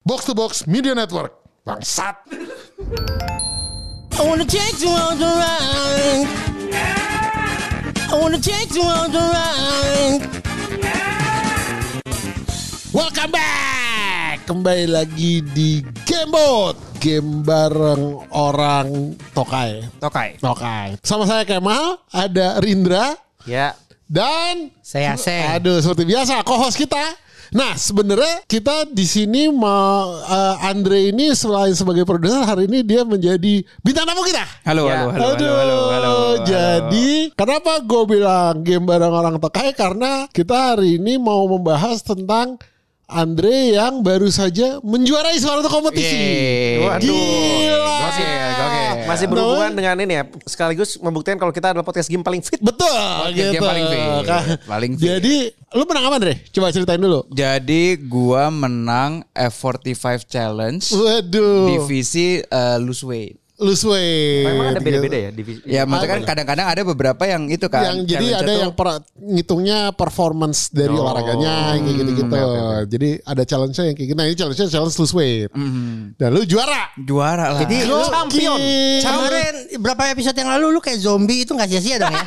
Box to Box Media Network. Bangsat. I wanna take you on the ride. I wanna take you on the ride. Welcome back. Kembali lagi di Gamebot. Game bareng orang Tokai. Sama saya Kemal, ada Rindra. Ya. Dan Saya Aseng. Aduh, seperti biasa co-host kita. Nah, sebenarnya kita di sini mau Andre ini selain sebagai produser, hari ini dia menjadi bintang tamu kita. Halo. Jadi kenapa gue bilang game bareng orang Tokai? Karena kita hari ini mau membahas tentang Andre yang baru saja menjuarai suatu kompetisi. Waduh. Gila. Gokil. Masih berhubungan dengan ini ya, sekaligus membuktikan kalau kita adalah podcast game paling fit. Betul. Game paling fit. Paling fit. Jadi lu menang apa, Andre? Coba ceritain dulu. Jadi gua menang F45 Challenge. Waduh. Divisi lose weight. Lose weight. Memang ada beda-beda ya divisi. Ya maksudnya kan kadang-kadang ada beberapa yang itu kan. Yang jadi ada yang ngitungnya performance dari olahraganya kayak gitu-gitu. Okay. Jadi ada challenge-nya yang kayak gitu. Nah ini challenge-nya challenge lose weight. Dan lu juara Juara lah. Jadi lu champion. Kemarin berapa episode yang lalu lu kayak zombie itu gak sia-sia dong ya.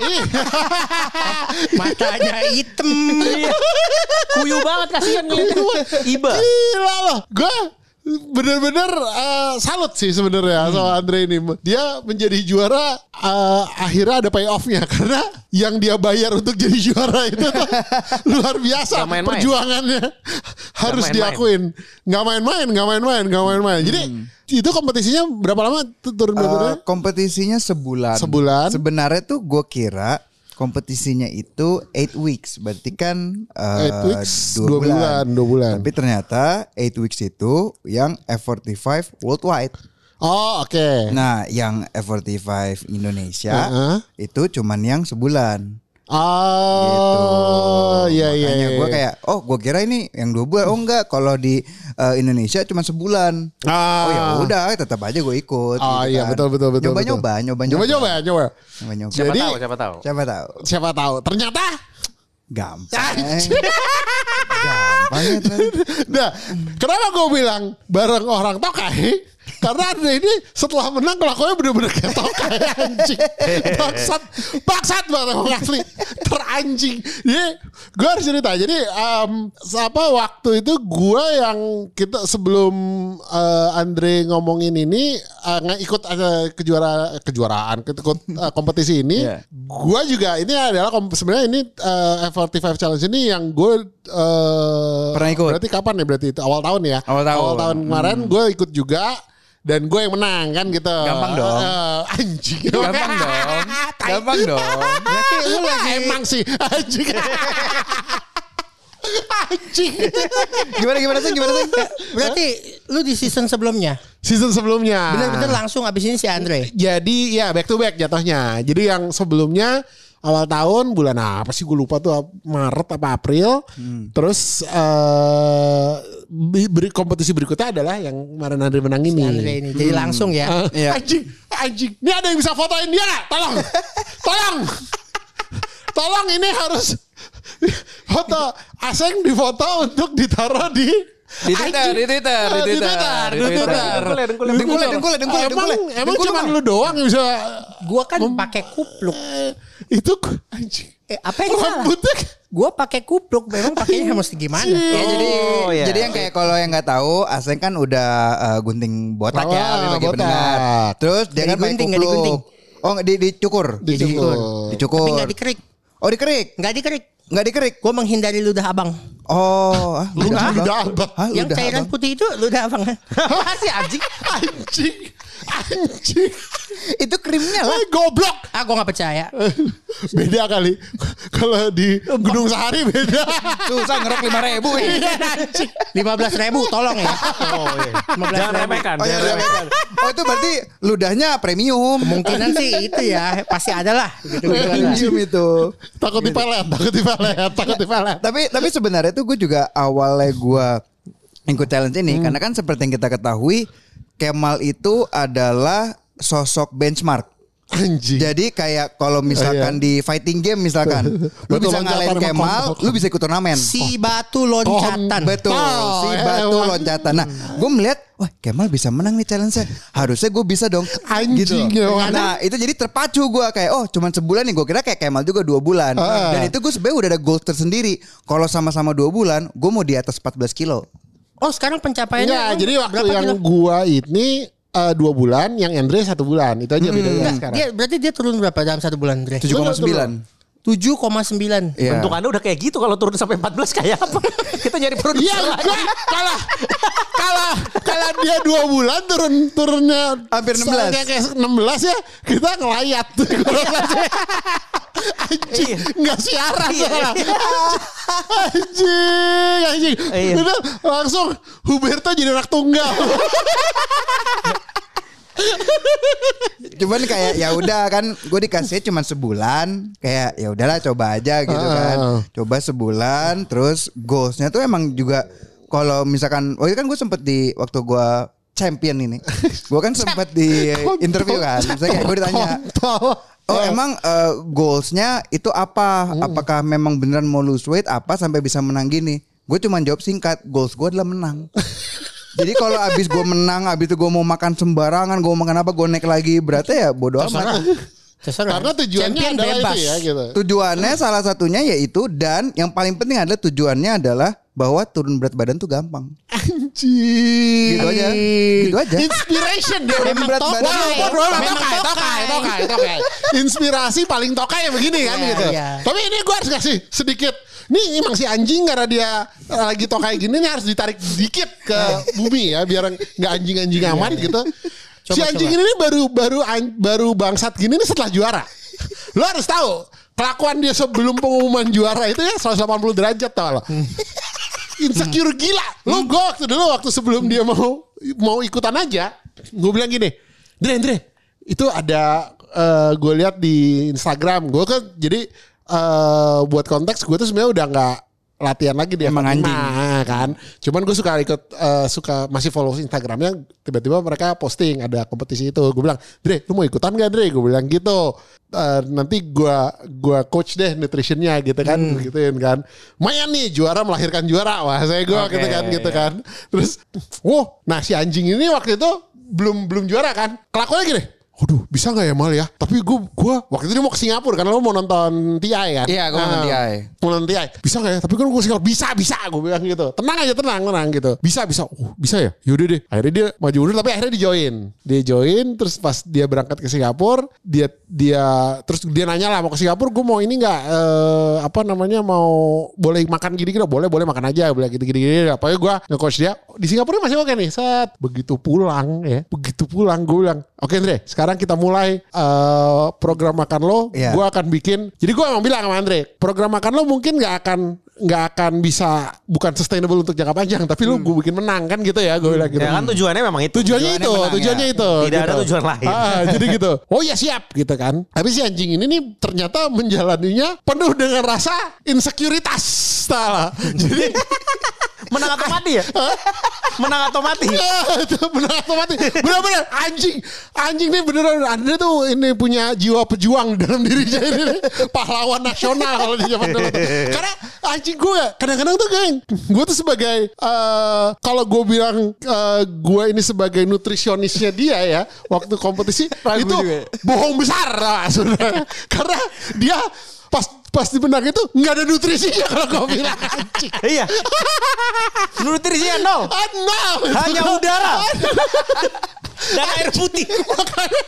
Matanya hitam. Kuyu banget kasihan ngeliatnya. Iba. Gila loh. Gue bener-bener salut sih sebenarnya sama Andre ini. Dia menjadi juara, akhirnya ada payoff-nya karena yang dia bayar untuk jadi juara itu tuh luar biasa. Perjuangannya harus diakuin. Gak main-main. Jadi itu kompetisinya berapa lama turun beratnya? Kompetisinya sebulan. Sebenarnya tuh gue kira kompetisinya itu 8 weeks. Berarti kan 8 weeks 2 bulan. Tapi ternyata 8 weeks itu yang F45 worldwide. Oh oke. Nah yang F45 Indonesia itu cuman yang sebulan. Oh gitu. iya. Makanya gue kayak gue kira ini yang 2 bulan. Oh enggak, kalau di Indonesia cuma sebulan. Oh ya udah, tetap aja gue ikut. Oh gitu iya kan. betul. Nyoba. Siapa Jadi, tahu. Siapa tahu. Ternyata gampang ya. Nah, kenapa gue bilang bareng orang Tokai? Karena Andre ini setelah menang kelakuannya bener-bener kayak Tokai anjing. Baksat banget emang asli. Teranjing. Jadi gue harus cerita. Jadi waktu itu gue yang kita sebelum Andre ngomongin ini ikut kejuaraan kompetisi ini. Gue juga ini adalah sebenarnya ini F45 Challenge ini yang gue pernah ikut. Berarti kapan ya? Berarti itu awal tahun ya. Awal tahun kemarin gue ikut juga. Dan gue yang menang kan gitu. Gampang dong. Anjing. Gampang dong. Berarti lu lagi emang sih anjing. Anjing. Gimana sih? Berarti lu di season sebelumnya. Bener-bener langsung abis ini si Andre. Jadi ya back to back jatuhnya. Jadi yang sebelumnya awal tahun bulan apa sih gue lupa tuh, Maret apa April. Terus kompetisi berikutnya adalah yang kemarin Andre menang ini. Si Andre ini. Jadi langsung ya. Anjing. Ini ada yang bisa fotoin dia gak? Tolong ini harus foto Aseng difoto untuk ditaruh di Twitter. Emang cuma lu doang yang bisa. Gua kan pakai kupluk. Itu anjing. Apa yang salah? Gua pakai kupluk, memang pakainya mesti gimana? Jadi yang kayak kalau yang nggak tahu, Aseng kan udah gunting botak ya, bagi pendengar. Terus dia kan pakai kupluk. Oh dicukur. Tapi nggak dikerik. Oh dikerik? Nggak dikerik. Gue menghindari ludah abang. Oh, ludah abang. Yang cairan putih itu ludah abang. Masih anjing. Itu krimnya lah. Goblok. Gue nggak percaya. Beda kali. Kalau di Gunung Sahari beda. Susah ngerok 5.000. 15.000 tolong ya. Jangan remehkan. Oh itu berarti ludahnya premium. Kemungkinan sih itu ya. Pasti ada lah. Premium itu. Takut dipelet. Tapi sebenarnya tuh gue juga awalnya gue ikut challenge ini karena kan seperti yang kita ketahui, Kemal itu adalah sosok benchmark. Anjing. Jadi kayak kalau misalkan di fighting game misalkan lu bisa ngalahin Kemal, lu bisa ikut turnamen. Si batu loncatan. Betul, si batu loncatan. Nah, gue melihat, wah Kemal bisa menang nih challenge-nya. Harusnya gue bisa dong. Anjing. Gitu. Nah, itu jadi terpacu gue kayak, oh cuman sebulan nih. Gue kira kayak Kemal juga 2 bulan. Dan itu gue sebenarnya udah ada goal tersendiri. Kalau sama-sama 2 bulan, gue mau di atas 14 kilo. Oh sekarang pencapaiannya. Enggak, jadi waktu yang gua ini 2 bulan, yang Andre 1 bulan. Itu aja bedanya sekarang. Berarti dia turun berapa dalam 1 bulan, Andre? 7,9. 7,9. Iya. Bentukannya udah kayak gitu, kalau turun sampai 14 kayak apa? Kita nyari produser Iya lagi. Kalau dia 2 bulan turunnya hampir 16. Kayak 16 ya, kita ngelayat. Anjing, nggak siaran anjing. Bener, langsung Huberto jadi anak tunggal. Cuman kayak ya udah kan gue dikasih cuma sebulan, kayak ya udahlah coba aja gitu kan. Coba sebulan, terus goalsnya tuh emang juga kalau misalkan waktu kan gue sempet di waktu gue champion ini, gue kan sempet di interview kan, misalnya kayak gue ditanya, oh emang goalsnya itu apa? Apakah memang beneran mau lose weight apa sampai bisa menang gini? Gue cuma jawab singkat, goals gue adalah menang. Jadi kalau abis gue menang, abis itu gue mau makan sembarangan, gue mau makan apa, gue naik lagi, berarti ya bodo amat. Karena tujuannya Champion adalah bebas. itu ya gitu. Tujuannya salah satunya yaitu, dan yang paling penting adalah tujuannya adalah bahwa turun berat badan tuh gampang. Anjing. Gitu aja. Gitu aja. Inspiration dia. Turun berat badan. Tokai. Inspirasi paling tokai ya begini kan gitu. Tapi ini gue harus kasih sedikit. Nih emang si anjing karena dia lagi tokai gini nih harus ditarik dikit ke bumi ya biar nggak anjing-anjing aman gitu. Si anjing ini baru bangsat gini nih setelah juara. Lo harus tahu kelakuan dia sebelum pengumuman juara itu ya 180 derajat tau lo. Insecure gila. Lo gue waktu sebelum dia mau ikutan aja, gue bilang gini, Dre, itu ada gue lihat di Instagram. Gue kan jadi buat konteks gue tuh sebenarnya udah nggak latihan lagi dia emang anjing kan. Cuman gue suka suka masih follow Instagramnya. Tiba-tiba mereka posting ada kompetisi itu. Gue bilang, Dre, lu mau ikutan gak Dre? Gue bilang gitu. Nanti gue coach deh nutritionnya gitu kan, gituin kan. Mayan nih juara melahirkan juara, wah saya gue gitu kan. Terus, nah si anjing ini waktu itu belum juara kan. Kelakuannya gini. Waduh, bisa gak ya Mal ya? Tapi gue waktu itu dia mau ke Singapura karena lo mau nonton TI kan? Iya, gue mau nonton TI. Mau nonton TI. Bisa gak ya? Tapi kan gue ke Singapura. Bisa. Gue bilang gitu. Tenang aja, tenang gitu. Bisa. Bisa ya? Yaudah deh. Akhirnya dia maju mundur tapi akhirnya dia join. Terus pas dia berangkat ke Singapura, terus dia nanya lah mau ke Singapura. Gue mau ini gak? Mau boleh makan gini-gini? Boleh makan aja. Boleh gini-gini. Pokoknya gue nge-coach dia. Di Singapura masih oke nih. Set. Begitu pulang gue bilang, oke Andre, sekarang kita mulai program makan lo. Gue akan bikin. Jadi gue emang bilang sama Andre, program makan lo mungkin nggak akan bisa, bukan sustainable untuk jangka panjang, tapi lo gue bikin menang kan gitu ya. Gue bilang gitu. Ya kan tujuannya memang itu. Tujuannya itu. Tidak gitu. ada tujuan lain. Jadi gitu. Oh ya siap gitu kan. Tapi si anjing ini nih ternyata menjalaninya penuh dengan rasa insekuritas. Jadi menang atau mati ya? Menang atau mati? Menang atau mati. Benar-benar anjing nih beneran. Andre tuh ini punya jiwa pejuang dalam dirinya ini. Pahlawan nasional kalau di zaman dulu. Karena anjing gue kadang-kadang tuh geng, gue tuh sebagai kalau gue bilang gue ini sebagai nutrisionisnya dia ya waktu kompetisi itu bohong besar lah sebenarnya. Karena dia pas di benang itu nggak ada nutrisinya kalau gue bilang anjing. Iya. Nutrisinya nol. Hanya udara. Dan air putih. Makanya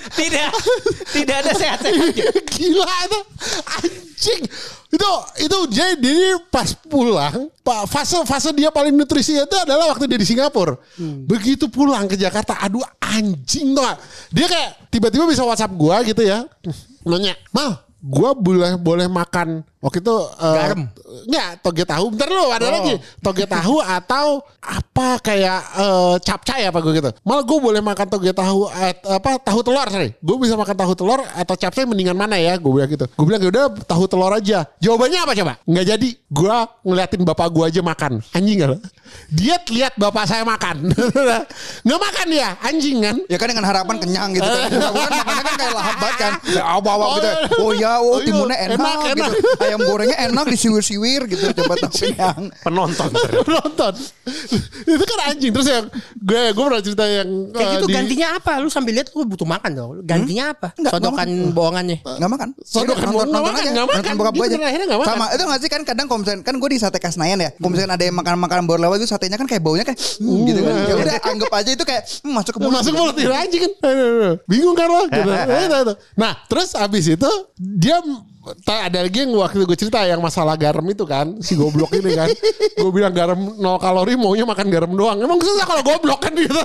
tidak ada sehat-sehatnya. Gila itu anjing. Itu jadi pas pulang, fase dia paling nutrisi itu adalah waktu dia di Singapura. Begitu pulang ke Jakarta, aduh anjing tuh. Dia kayak tiba-tiba bisa WhatsApp gua gitu ya. Nanya, Mal, gue boleh makan Waktu itu Garam. Enggak, toge tahu. Bentar lu, ada lagi. Toge tahu atau apa kayak capcay apa gue gitu. Malah gue boleh makan toge tahu tahu telur, sorry. Gue bisa makan tahu telur atau capcay mendingan mana ya? Gue bilang gitu. Gue bilang ya udah tahu telur aja. Jawabannya apa coba? Nggak jadi. Gue ngeliatin bapak gue aja makan. Anjing gak? Dia lihat bapak saya makan. Nggak makan ya, anjing kan? Ya kan dengan harapan kenyang gitu kan. Bukan makannya kan kayak lahap banget kan. Kayak awal-awal gitu. Oh ya, timunnya enak gitu. Ayam gorengnya enak disiwir-siwir gitu. Coba tahu kenyang. Penonton. Itu kan anjing. Terus yang gue pernah cerita yang Kayak gitu gantinya apa? Lu sambil lihat lu butuh makan dong. Gantinya apa? Enggak, Sodokan bohongannya. Nggak makan. Sodokan nonton bohongan aja. nggak makan. Nonton bokap gue aja. Dia akhirnya nggak makan. Sama itu nggak sih kan kadang kalau misalkan kan gue di sate Kasnayan ya. Kalau misalkan ada yang makan baru lewat itu satenya kan kayak baunya kayak gitu kan. Ya udah anggap aja itu kayak masuk ke mulut. Masuk mulut ya anjing kan. Bingung kan lo. Nah terus abis itu dia ada lagi yang waktu gue cerita yang masalah garam itu kan, si goblok ini kan. Gue bilang garam 0 kalori, maunya makan garam doang. Emang susah kalau goblok kan gitu.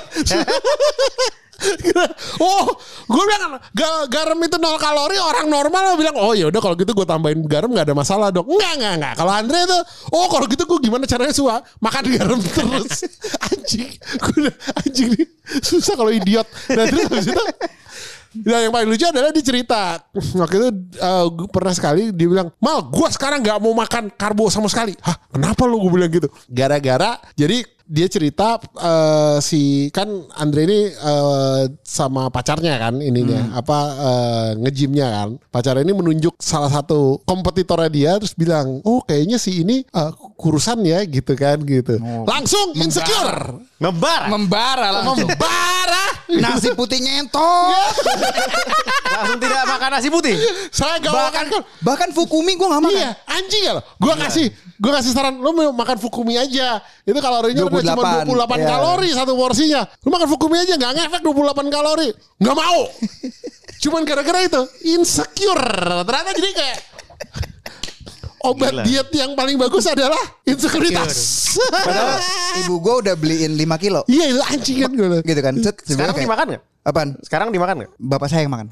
Oh, gue bilang garam itu 0 kalori, orang normal bilang oh ya udah kalau gitu gue tambahin garam nggak ada masalah dong. Enggak. Kalau Andre itu, oh kalau gitu gue gimana caranya makan garam terus. Anjing nih susah kalau idiot. Nah terus habis itu, nah yang paling lucu adalah dia cerita waktu itu gue pernah sekali dia bilang, Mal gue sekarang gak mau makan karbo sama sekali. Hah kenapa lu, gue bilang gitu. Gara-gara jadi dia cerita si kan Andre ini sama pacarnya kan ininya nge-gymnya kan. Pacarnya ini menunjuk salah satu kompetitornya dia terus bilang, oh kayaknya si ini kurusan ya gitu kan gitu. Langsung insecure. Membara langsung. Nasi putihnya entok. Langsung tidak makan nasi putih. Saya gak makan. Bahkan Fukumi gue gak makan. Iya anjing ya lo. Gue kasih saran lo mau makan Fukumi aja. Itu kalorinya udah cuma 28 kalori satu porsinya. Lo makan Fukumi aja gak ngefek 28 kalori. Gak mau. Cuman gara-gara itu insecure. Ternyata jadi kayak obat diet yang paling bagus adalah insecuritas. Padahal ibu gue udah beliin 5 kilo. Iya itu anjing kan gue. Gitu kan. Sekarang dimakan gak? Apaan? Sekarang dimakan gak? Bapak saya yang makan.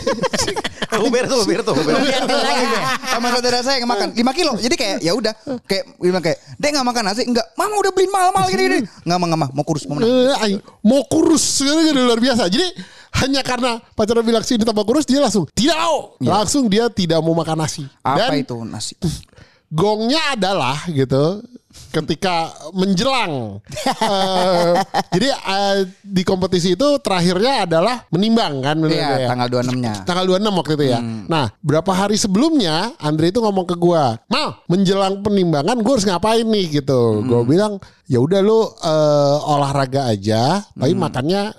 Biar tuh. Sama saudara saya yang makan 5 kilo. Jadi kayak ya udah kayak bilang kayak, "Dek enggak makan nasi?" "Enggak, Mama udah beliin mahal-mahal gini." "Enggak, Mama, mau kurus, mau menang." Mau kurus luar biasa. Jadi hanya karena pacarnya bilang sini tambah kurus dia langsung tidak mau. Langsung dia tidak mau makan nasi. Apa Dan itu nasi? Gongnya adalah gitu ketika menjelang jadi di kompetisi itu terakhirnya adalah menimbang kan. Iya, tanggal 26-nya. Tanggal 26 waktu itu ya. Nah berapa hari sebelumnya Andre itu ngomong ke gue, Mal menjelang penimbangan gue harus ngapain nih gitu. Gue bilang ya udah lu olahraga aja, tapi makannya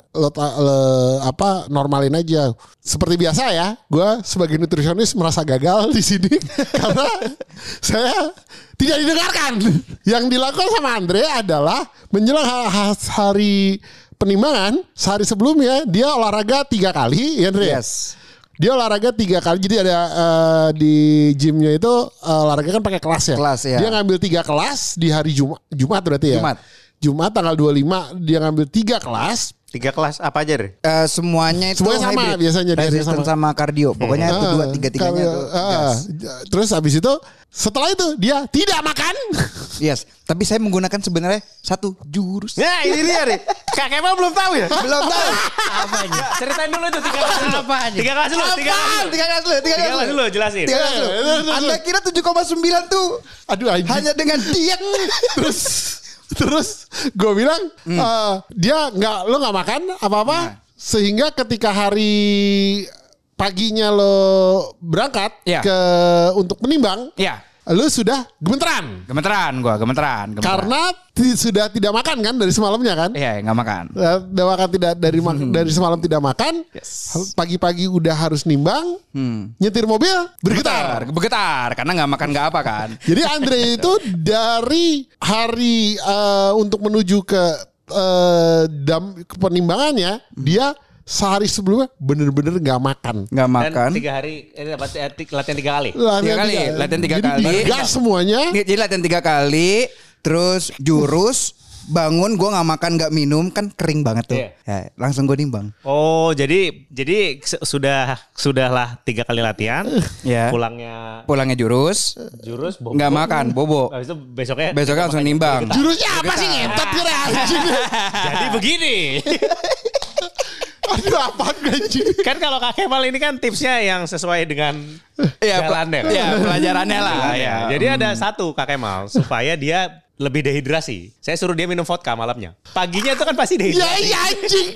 normalin aja. Seperti biasa ya, gue sebagai nutrisionis merasa gagal di sini karena saya tidak didengarkan. Yang dilakukan sama Andre adalah menjelang hari penimbangan, sehari sebelumnya dia olahraga 3 kali, ya Andre. Yes. Dia olahraga 3 kali. Jadi ada di gymnya itu olahraga kan pakai kelas ya. Kelas, ya. Dia ngambil 3 kelas di hari Jumat berarti ya. Jumat tanggal 25 dia ngambil 3 kelas. 3 kelas apa aja deh? Semuanya sama hybrid. biasanya resistance sama kardio. Pokoknya itu 2-3-3-nya tuh. Terus habis itu setelah itu dia tidak makan. Yes. Tapi saya menggunakan sebenarnya 1 jurus. Ya ini dia nih. Kak Kemal belum tahu ya? Belum tahu. Apanya? Ceritain dulu itu 3 kelas dulu. Apa aja? 3 kelas dulu. 3 kelas dulu. Jelasin. Anda kira 7,9 tuh Aduh anjing. hanya dengan diet. Terus gue bilang dia lo nggak makan apa-apa sehingga ketika hari paginya lo berangkat untuk menimbang, lo sudah gemeteran. Gemeteran. Karena sudah tidak makan kan dari semalamnya kan? Iya, nggak makan. Udah makan dari semalam tidak makan. Yes. Pagi-pagi udah harus nimbang. Nyetir mobil bergetar karena nggak makan nggak apa kan. Jadi Andre itu dari hari untuk menuju ke penimbangannya dia sehari sebelumnya bener-bener nggak makan. Nggak makan. Dan 3 hari latihan 3 kali. Latihan 3 kali. Gas semuanya. Jadi latihan 3 kali. Terus jurus. bangun gue nggak makan nggak minum kan kering banget tuh. Ya, langsung gue nimbang. Oh, jadi sudahlah 3 kali latihan. Ya. Pulangnya jurus bobo. nggak makan bobo. Habis itu besoknya langsung nimbang. Jurusnya apa sih ngentot kira anjing? Jadi begini. Aduh apaan anjing? Kan kalau Kak Kemal ini kan tipsnya yang sesuai dengan jalannya. Ya, pelajarannya lah. Ya. Jadi ada satu Kak Kemal supaya dia lebih dehidrasi. Saya suruh dia minum vodka malamnya. Paginya itu kan pasti dehidrasi. Ya iya anjing.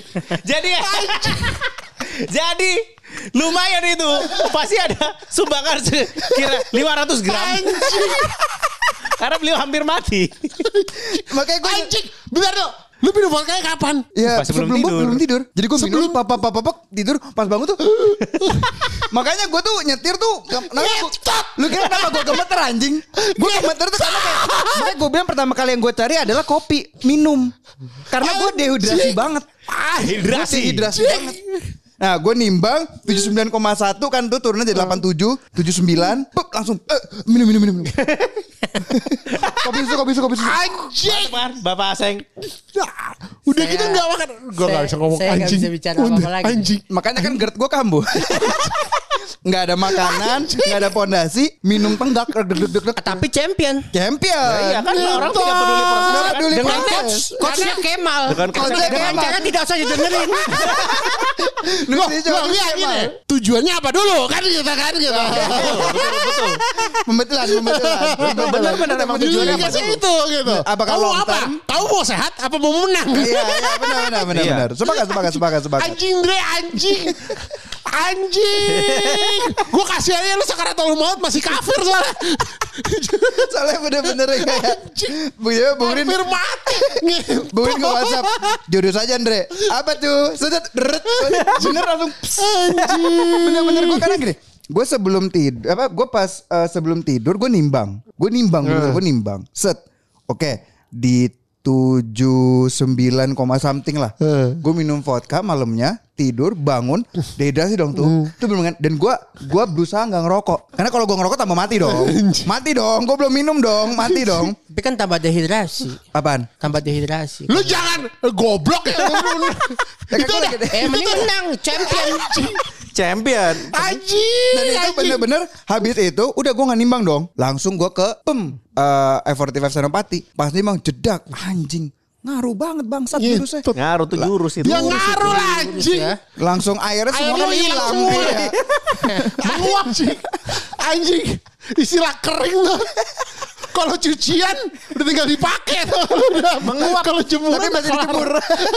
Jadi lumayan itu. Pasti ada sumbangan kira 500 gram. Anjing. Karena beliau hampir mati. Makanya gue Anjing. Bentar dong. Lu minum vodka kapan? ya Pas sebelum belum tidur. Jadi gue minum Sebelum- papa tidur pas bangun tuh. Makanya gue tuh nyetir tuh lu kira kenapa gue gemeter anjing? Gue gemeter tuh karena kayak makanya gue bilang pertama kali yang gue cari adalah kopi minum. Karena gue dehidrasi banget. Dehidrasi. Dehidrasi banget. Nah gue nimbang 79,1 kan tuh turunnya jadi 87 79 pup, langsung minum kopi susu Anjing. Bapak Aseng. Udah gitu gak makan. Gue gak bisa ngomong saya nggak anjing. bisa bicara apa-apa lagi. Anjing. makanya kan GERD gue kambuh. Nggak ada makanan, nggak ada pondasi, minum tenggak, Tapi champion. champion. Iya kan orang tidak peduli proses. Nggak peduli Dengan proses. coachnya Kemal. Dengan coachnya Dengan Kemal. cara tidak usah didengerin. Loh, gini. Tujuannya apa dulu kan gitu. Betul. Pembetulan. Benar emang tujuannya apa Tujuannya dulu? itu gitu. Apakah Kamu long apa? term? Kamu mau sehat apa mau menang? Iya, benar. Sepakat. Anjing Dre, anjing. Gue kasih aja lu sakaratul maut masih kafir soalnya. Soalnya bener-bener kayak Bung Rin Kafir mati. ke WhatsApp. Jurus aja Andre. Apa tuh? Sudah bener langsung. Bener-bener gue karena gini. Gue sebelum tidur gue pas sebelum tidur gue nimbang. Gue nimbang. Set. Oke, di 79, something lah. Gue minum vodka malamnya, tidur, bangun, dehidrasi dong tuh. Itu belum kan. Dan gue berusaha nggak ngerokok. Karena kalau gue ngerokok tambah mati dong. Mati dong. Gue belum minum dong. Mati dong. Tapi kan tambah dehidrasi. Apaan? Tambah dehidrasi. Lu jangan goblok ya. Itu udah. Mending menang champion. Anjing. Dan itu bener-bener habis itu udah gue gak nimbang dong. Langsung gue ke F45 Senopati. Pas nimbang jedak anjing. Ngaruh banget bangsat jurusnya. Ngaruh tuh jurus itu. Dia ngaruh lah anjing. Langsung airnya semua Air lu kan hilang hilang. semua. Iya. Menguap sih. Anjing. Istilah kering tuh. Kalau cucian udah tinggal dipakai tuh. Menguap. Kalau jemuran Tapi masih dijemur.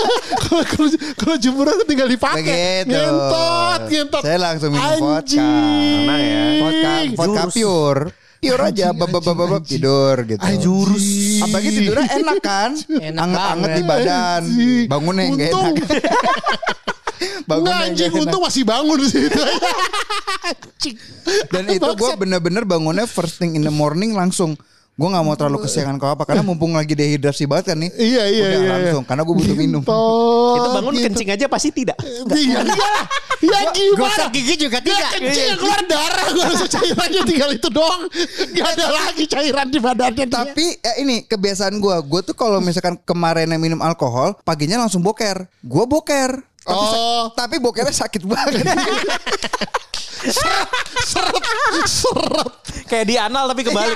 Kalau jemuran tuh tinggal dipakai. Begitu. Ngentot. Saya langsung minum vodka. Anjing. Tenang ya. Vodka pure. Pure aja babab tidur gitu. Jurus. Apalagi tidurnya enak kan? Enak Anget-anget banget. di badan. Anjing. Bangunnya yang gak enak. Untung. Bangunnya Nggak yang anjing, gak enak. untung masih bangun sih. Anjing. Dan itu gue bener-bener bangunnya first thing in the morning langsung. Gue gak mau terlalu kesiangan kalau apa. Karena mumpung lagi dehidrasi banget kan nih. Iya. Udah langsung. Karena gue butuh minum. Itu bangun kencing aja pasti tidak. Iya. Ya gimana? Gosok gigi juga Dia tidak. kencing keluar darah. Gue rasa cairannya tinggal itu doang. Gak ada lagi cairan di badannya. Tapi ini kebiasaan gue. Gue tuh kalau misalkan kemarinnya minum alkohol, paginya langsung boker. Gue boker. Tapi bokernya sakit banget. Seret. Kayak di anal tapi kebalik.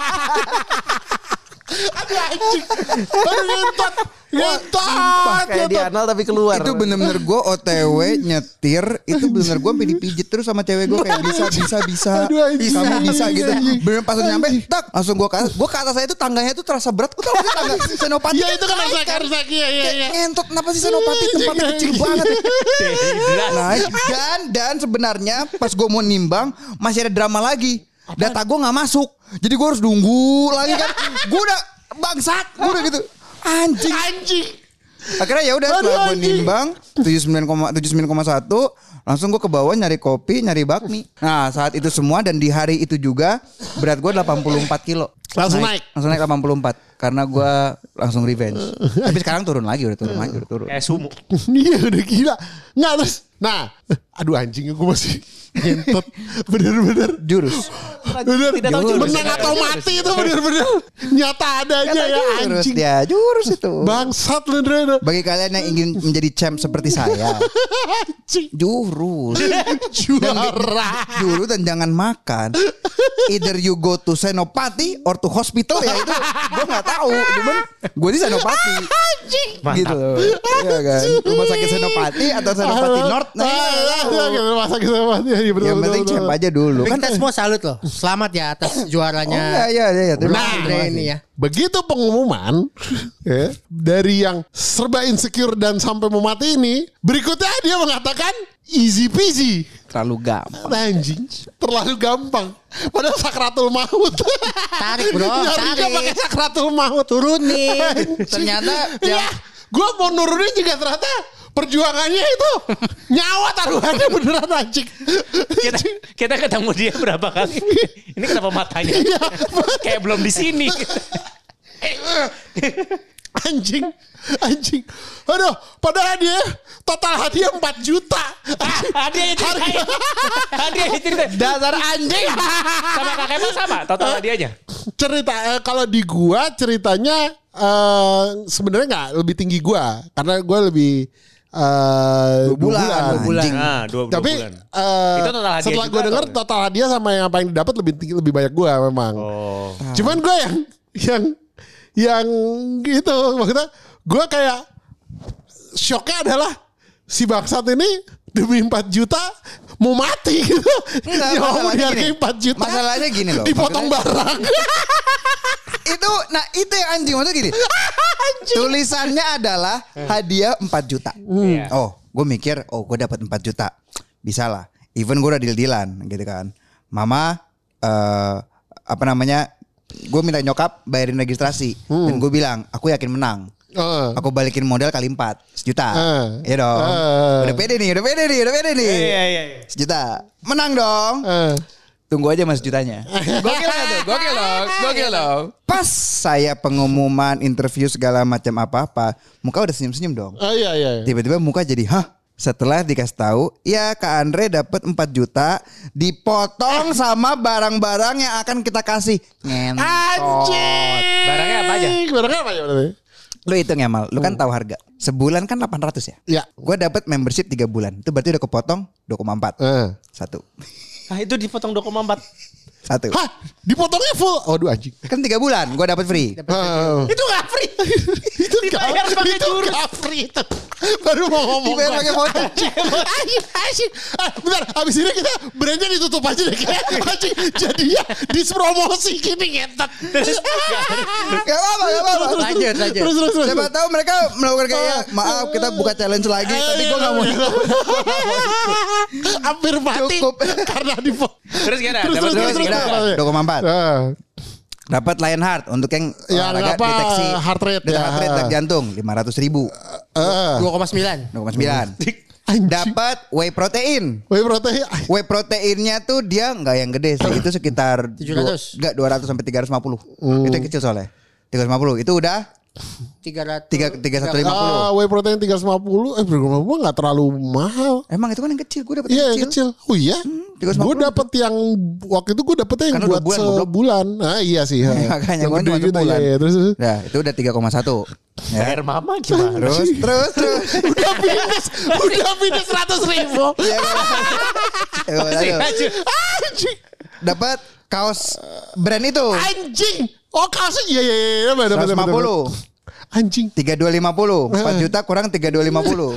Aduh anjing. Aduh ngentot. Kayak di anal tapi keluar. Itu bener-bener gue OTW nyetir. Itu bener-bener gue sampai dipijit terus sama cewek gue. Kayak bisa. Aduh, anjing. Kamu bisa gitu. Anjing. Bener pas udah nyampe tak langsung gue ke atas saya itu tangganya tuh terasa berat. Gue tau sih tangga Senopati. Iya itu kan harus lagi. Kayak Iya. ngentot kenapa sih Senopati tempatnya kecil banget. Naik dan sebenarnya pas gue mau nimbang masih ada drama lagi. Data gue nggak masuk. Jadi gue harus nunggu lagi kan. Gue udah bangsat. Gue udah gitu. Anjing. Akhirnya ya udah setelah gue nimbang 79,1 langsung gue ke bawah nyari kopi, nyari bakmi. Nah saat itu semua dan di hari itu juga berat gue 84 kilo. Langsung naik. Langsung naik 84 karena gue langsung revenge. Tapi sekarang turun lagi, udah turun. Kayak sumo. Iya udah gila. Nggak terus. Nah. Aduh anjing gue masih ngentot. Bener-bener. Jurus. Bener. Tidak tahu jurus. Menang atau mati itu bener-bener nyata adanya ya Jurus anjing. dia, jurus itu. Bangsat lu Dre. Bagi kalian yang ingin menjadi champ seperti saya, Anjing. jurus. Juara. Jurus dan jangan makan. Either you go to Senopati or to hospital ya itu gue nggak tahu. Cuman gue di Senopati. Gitu loh. Iya kan. Rumah sakit Senopati atau Senopati North. Nah, Rumah sakit Senopati. yang penting champ aja dulu. Kan Kan kita semua salut loh. Selamat ya atas juaranya. iya. Terima Nah, kasih. ini ya. begitu pengumuman ya, dari yang serba insecure dan sampai mau mati ini, berikutnya dia mengatakan easy peasy. Terlalu gampang. Anjing, terlalu gampang. Padahal sakratul maut. Tarik bro, Nyarinya tarik. pakai sakratul maut. Turunin. Ternyata Ya, gue mau nurunin juga ternyata perjuangannya itu nyawa taruhannya beneran anjing. Kita ketemu dia berapa kali? Ini kenapa matanya kayak belum di sini? Anjing. Aduh, padahal dia total hadiah 4 juta. Hadiah itu dasar anjing. sama Kak Kemal sama total hadiahnya. Cerita kalau di gua ceritanya sebenarnya nggak lebih tinggi gua karena gua lebih 2 bulan. bulan. Nah, 2 Tapi bulan. Itu total hadiah setelah juga gue denger atau? total hadiah sama yang apa yang didapat lebih banyak gue memang. Oh. Cuman gue yang gitu maksudnya gue kayak shocknya adalah si bangsat ini demi 4 juta mau mati gitu. Enggak, Ya mau masalahnya dihargai gini. 4 juta. Masalahnya gini loh. Dipotong barang. Itu yang anjing maksudnya gini. Tulisannya adalah hadiah 4 juta. Iya. Oh, gue mikir, gue dapat 4 juta. Bisa lah. Even gue udah deal-dealan gitu kan. Mama gue minta nyokap bayarin registrasi dan gue bilang, aku yakin menang. Aku balikin modal kali 4 sejuta. Iya dong. Udah pede nih. Iya. 1 juta. Menang dong. Tunggu aja mas jutanya. Gokil dong. Pas saya pengumuman interview segala macam apa-apa, muka udah senyum-senyum dong. Iya. Tiba-tiba muka jadi setelah dikasih tahu, ya Kak Andre dapat 4 juta dipotong sama barang-barang yang akan kita kasih. Ngentot. Anjing. Barangnya apa aja? Barangnya apa aja berarti? Lu hitung ya Mal, lu kan tahu harga. Sebulan kan 800 ya? Ya. Gue dapat membership 3 bulan. Itu berarti udah kepotong 2,4. Satu. Itu dipotong 2,4. Satu. Hah, dipotongnya full. Waduh anjing. Kan 3 bulan gue dapat free. Itu gak free. Itu Dibayar pakai jurus. gak free itu. Baru mau ngomong. Dibayar pakai foto. Anjing. Bentar, abis ini kita brandnya ditutup aja deh. Anjing, jadinya dispromosi gini ngetet. Gak apa-apa. Lanjut. Terus. Siapa tahu mereka melakukan kayak maaf kita buka challenge lagi tapi gue gak mau. Hampir mati. Cukup. Karena dipotong. Terus gimana? Terus. Dapat duit Kira berapa? 2,4. Dapat Lionheart untuk yang Yang olahraga apa, deteksi heart rate ya. heart rate detak jantung 500.000. 2,9. 2,9. Dapat whey protein. Whey protein. Whey proteinnya tuh dia nggak yang gede sih, itu sekitar 700. Enggak 200 sampai 350. Itu yang kecil soalnya. 350 itu udah 300. 3150. Whey protein 350. Berapa nggak terlalu mahal. Emang itu kan yang kecil, gue dapet Iya yang yang kecil. Oh iya. 350. Gue dapet yang waktu itu gue dapetnya yang Karena buat 2 bulan, goblok. sebulan. Nah iya sih. Makanya Yang gue gede cuma gitu, sebulan. iya, terus. Nah, itu udah 3,1. Ya. Bayar mama gimana? Terus. Udah minus 100.000. Ya, kan? Lanjut. Anjing. Dapat kaos brand itu Anjing. Oh kaosnya iya. Bener. 150. Anjing. 3250. 4 juta kurang 3250.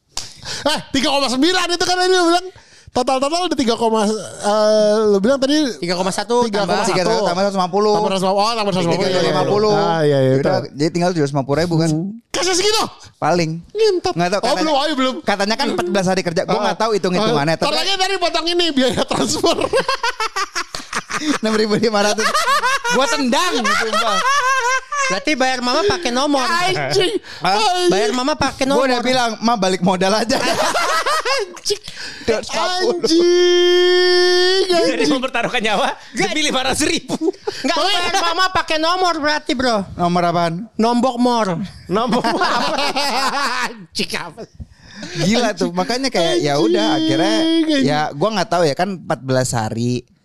3,9 itu kan ini lu bilang. Total udah 3, lu bilang tadi 3,1 tambah 3 tambah 150. tambah 150. Oh, tambah 150. 350. Ah, iya. Udah, jadi tinggal 750.000 kan. Kasih segitu. Paling. Ngintet. Nggak tahu, Oh, katanya- belum. Katanya kan 14 hari kerja. Gue nggak tahu hitung-hitungannya. Ntar lagi tadi potong ini biaya transfer. 6.500. Gua tendang sumpah. Berarti bayar mama pakai nomor. Anjing. Bayar mama pakai Gue nomor. udah bilang, "Ma balik modal aja." Anjing. 250. Jadi mempertaruhkan nyawa demi 500.000. Enggak bayar mama pakai nomor berarti, Bro. Nomor apaan? Nombok mor. Nomor Anjing apa? Gila tuh. Makanya kayak ya udah akhirnya ya gua nggak tahu ya kan 14 hari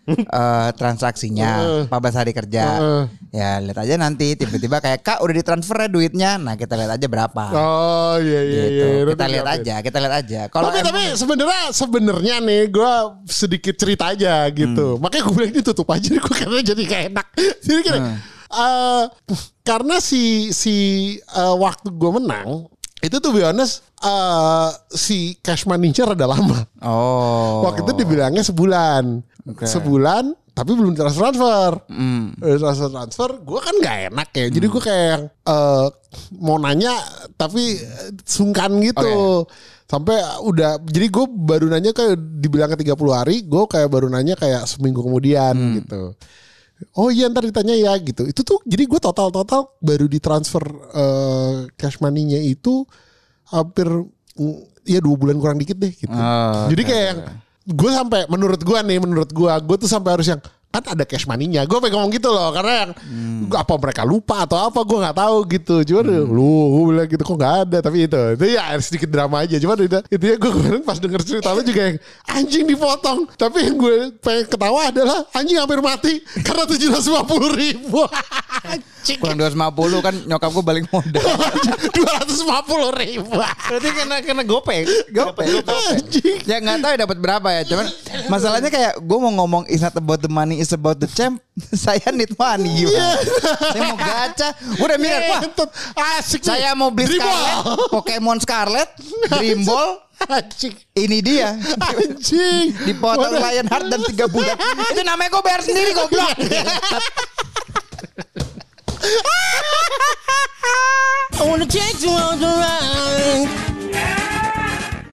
transaksinya 14 hari kerja. Ya lihat aja nanti tiba-tiba kayak Kak udah ditransfer ya duitnya. Nah kita lihat aja berapa. Oh iya Gitu. iya. Kita lihat aja. Kalau Tapi sebenarnya nih gue sedikit cerita aja gitu. Makanya gue bilang ini tutup aja. Gue karena jadi gak enak. Jadi gini. Karena waktu gue menang itu tuh be honest si cash money-nya rada lama. Oh. Waktu itu dibilangnya sebulan. Okay. Sebulan tapi belum transfer. Transfer gue kan gak enak ya. Jadi gue kayak yang mau nanya tapi sungkan gitu. Sampai udah, jadi gue baru nanya kayak dibilangnya 30 hari, gue kayak baru nanya kayak seminggu kemudian gitu. Oh iya ntar ditanya ya gitu. Itu tuh jadi gue total baru ditransfer cash money-nya itu hampir ya 2 bulan kurang dikit deh gitu. Jadi kayak yang gue sampai menurut gue tuh sampai harus yang kan ada cash money-nya. Gue pengen ngomong gitu loh karena yang apa mereka lupa atau apa gue nggak tahu gitu. Cuman gue bilang gitu kok nggak ada, tapi itu ya sedikit drama aja. Cuman itu ya gue kemarin pas denger cerita lu juga yang anjing dipotong. Tapi yang gue pengen ketawa adalah anjing hampir mati karena 750.000. kurang 250 kan nyokap gue balik modal. 250.000. Berarti kena gopay. Ya nggak tahu dapat berapa ya. Cuman masalahnya kayak gue mau ngomong is not about the money, it's about the champ. Saya need money gimana? Saya mau gacha. Udah mikir wah asik. Saya mau beli Scarlet, Pokemon Scarlet, Dream Ball. Anjing. Ini dia. Anjing. Dipotong Lionheart dan 3 bulan. Itu namanya gue bayar sendiri goblok. I wanna take you on the ride.